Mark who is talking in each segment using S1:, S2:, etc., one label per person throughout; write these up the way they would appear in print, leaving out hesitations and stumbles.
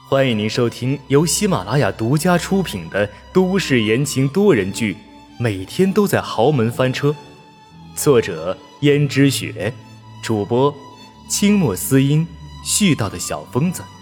S1: 欢迎您收听由喜马拉雅独家出品的都市言情多人剧《每天都在豪门翻车》，作者胭脂雪，主播清墨思音，絮叨的小疯子。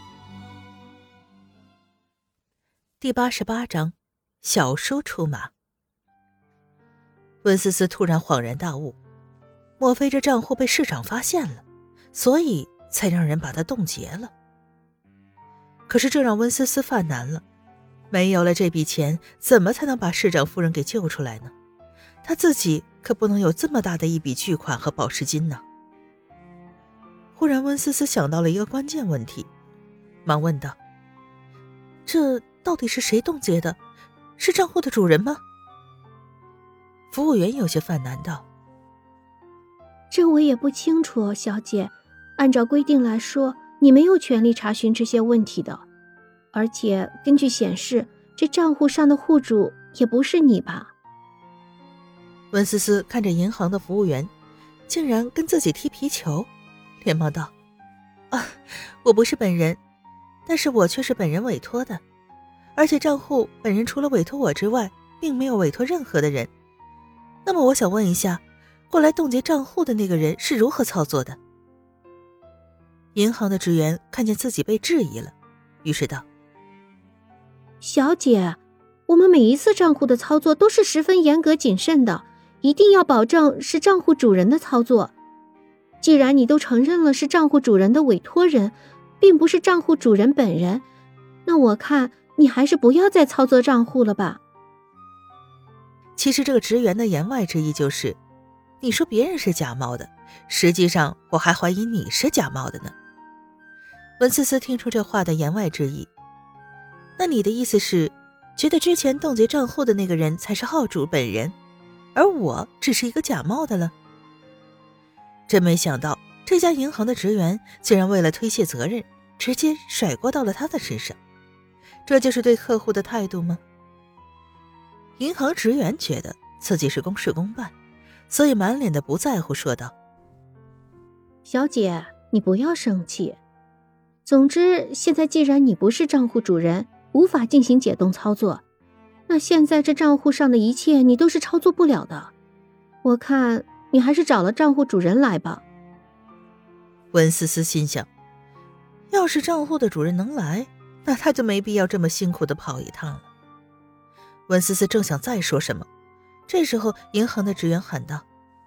S2: 第88章，小叔出马。温思思突然恍然大悟，莫非这账户被市长发现了，所以才让人把它冻结了。可是这让温思思犯难了，没有了这笔钱，怎么才能把市长夫人给救出来呢？他自己可不能有这么大的一笔巨款和保释金呢。忽然温思思想到了一个关键问题，忙问道：这到底是谁冻结的？是账户的主人吗？服务员有些犯难道：
S3: 这我也不清楚，小姐。按照规定来说，你没有权利查询这些问题的。而且根据显示，这账户上的户主也不是你吧？
S2: 温思思看着银行的服务员，竟然跟自己踢皮球，连忙道：我不是本人，但是我却是本人委托的。而且账户本人除了委托我之外，并没有委托任何的人。那么我想问一下，过来冻结账户的那个人是如何操作的？银行的职员看见自己被质疑了，于是道：
S3: 小姐，我们每一次账户的操作都是十分严格谨慎的，一定要保证是账户主人的操作。既然你都承认了是账户主人的委托人，并不是账户主人本人，那我看你还是不要再操作账户了吧。
S2: 其实这个职员的言外之意就是，你说别人是假冒的，实际上我还怀疑你是假冒的呢。温思思听出这话的言外之意，那你的意思是，觉得之前冻结账户的那个人才是号主本人，而我只是一个假冒的了？真没想到，这家银行的职员竟然为了推卸责任，直接甩锅到了他的身上。这就是对客户的态度吗？银行职员觉得自己是公事公办，所以满脸的不在乎，说道：
S3: 小姐，你不要生气。总之，现在既然你不是账户主人，无法进行解冻操作，那现在这账户上的一切你都是操作不了的。我看你还是找了账户主人来吧。
S2: 温思思心想，要是账户的主人能来，那他就没必要这么辛苦地跑一趟了。温思思正想再说什么，这时候银行的职员喊道：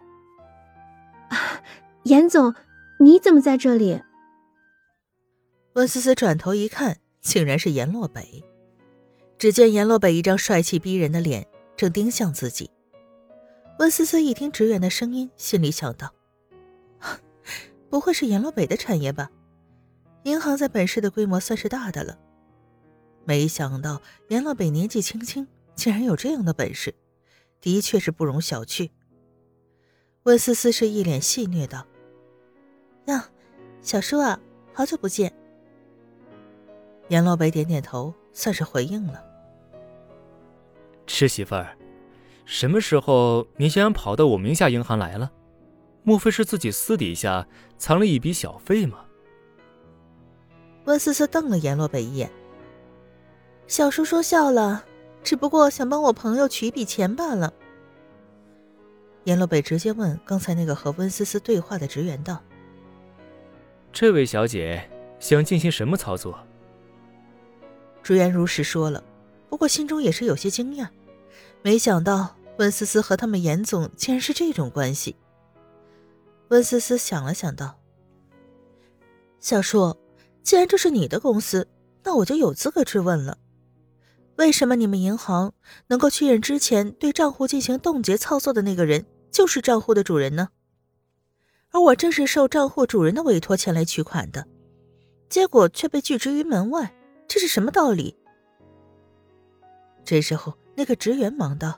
S3: 严总，你怎么在这里？
S2: 温思思转头一看，竟然是阎洛北。只见阎洛北一张帅气逼人的脸正盯向自己。温思思一听职员的声音，心里想到，不会是阎洛北的产业吧？银行在本市的规模算是大的了。没想到阎洛北年纪轻轻，竟然有这样的本事，的确是不容小觑。温思思是一脸戏谑道：小叔啊，好久不见。阎洛北点点头，算是回应了。
S1: 吃媳妇儿，什么时候你竟然跑到我名下银行来了？莫非是自己私底下藏了一笔小费吗？
S2: 温思思瞪了阎洛北一眼：小叔说笑了，只不过想帮我朋友取一笔钱罢了。阎洛北直接问刚才那个和温思思对话的职员道：
S1: 这位小姐想进行什么操作？
S2: 职员如实说了，不过心中也是有些惊讶，没想到温思思和他们严总竟然是这种关系。温思思想了想道：小叔，既然这是你的公司，那我就有资格质问了。为什么你们银行能够确认之前对账户进行冻结操作的那个人就是账户的主人呢？而我正是受账户主人的委托前来取款的，结果却被拒之于门外，这是什么道理？这时候那个职员忙道：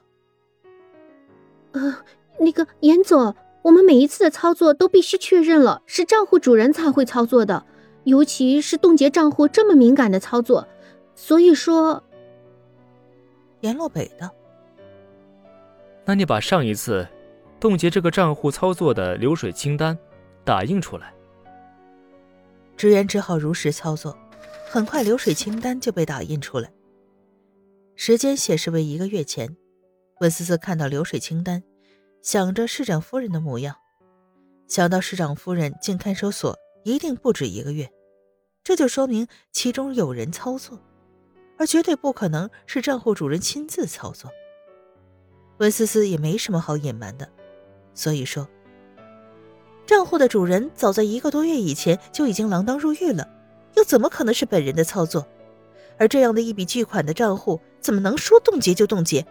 S3: 那个严总，我们每一次的操作都必须确认了是账户主人才会操作的，尤其是冻结账户这么敏感的操作，所以说。
S2: 阎洛北道：
S1: 那你把上一次冻结这个账户操作的流水清单打印出来。
S2: 职员只好如实操作， 很快流水清单就被打印出来，时间显示为1个月前。温思思看到流水清单，想着市长夫人的模样，想到市长夫人进看守所一定不止1个月，这就说明其中有人操作，而绝对不可能是账户主人亲自操作。温思思也没什么好隐瞒的，所以说，账户的主人早在1个多月以前就已经锒铛入狱了，又怎么可能是本人的操作？而这样的一笔巨款的账户，怎么能说冻结就冻结？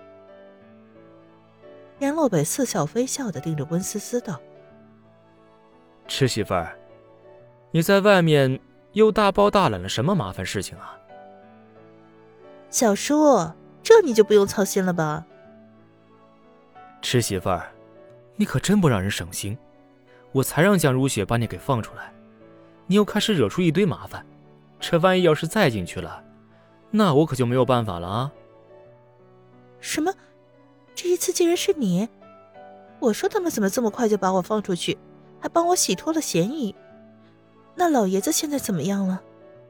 S2: 杨洛北似笑非笑地盯着温思思道：“
S1: 吃媳妇儿，你在外面又大包大揽了什么麻烦事情啊？”
S2: 小叔，这你就不用操心了吧？
S1: 吃媳妇儿，你可真不让人省心，我才让江如雪把你给放出来，你又开始惹出一堆麻烦，这万一要是再进去了，那我可就没有办法了啊！
S2: 什么？这一次竟然是你？我说他们怎么这么快就把我放出去，还帮我洗脱了嫌疑？那老爷子现在怎么样了？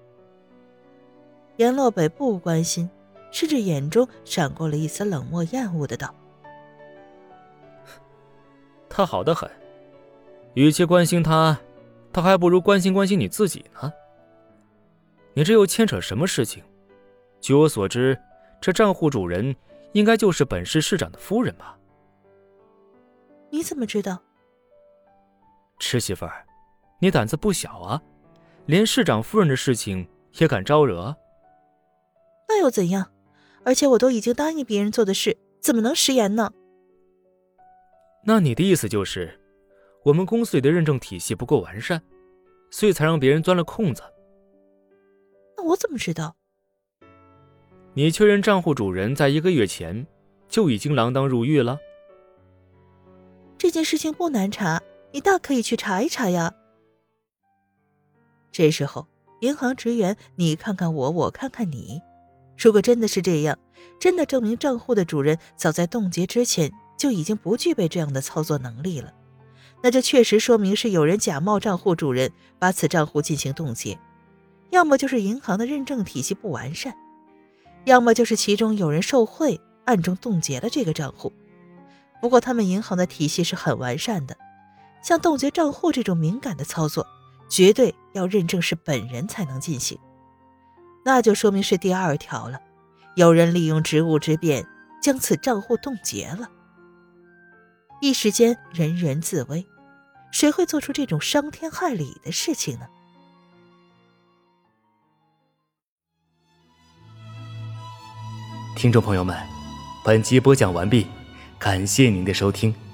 S2: 严洛北不关心，甚至眼中闪过了一丝冷漠厌恶的道：“
S1: 他好得很，与其关心他，他还不如关心你自己呢。你这又牵扯什么事情？据我所知，这账户主人应该就是本市市长的夫人吧？”“
S2: 你怎么知道？”“
S1: 吃媳妇儿，你胆子不小啊，连市长夫人的事情也敢招惹？”“
S2: 那又怎样？而且我都已经答应别人做的事，怎么能食言呢？”“
S1: 那你的意思就是，我们公司里的认证体系不够完善，所以才让别人钻了空子？”“
S2: 那我怎么知道？”“
S1: 你确认账户主人在1个月前就已经锒铛入狱了？”“
S2: 这件事情不难查，你大可以去查一查呀。”这时候，银行职员你看看我，我看看你。如果真的是这样，真的证明账户的主人早在冻结之前就已经不具备这样的操作能力了，那这确实说明是有人假冒账户主人把此账户进行冻结，要么就是银行的认证体系不完善，要么就是其中有人受贿暗中冻结了这个账户。不过他们银行的体系是很完善的，像冻结账户这种敏感的操作，绝对要认证是本人才能进行。那就说明是第2条了，有人利用职务之便将此账户冻结了。一时间人人自危，谁会做出这种伤天害理的事情呢？
S1: 听众朋友们，本集播讲完毕，感谢您的收听。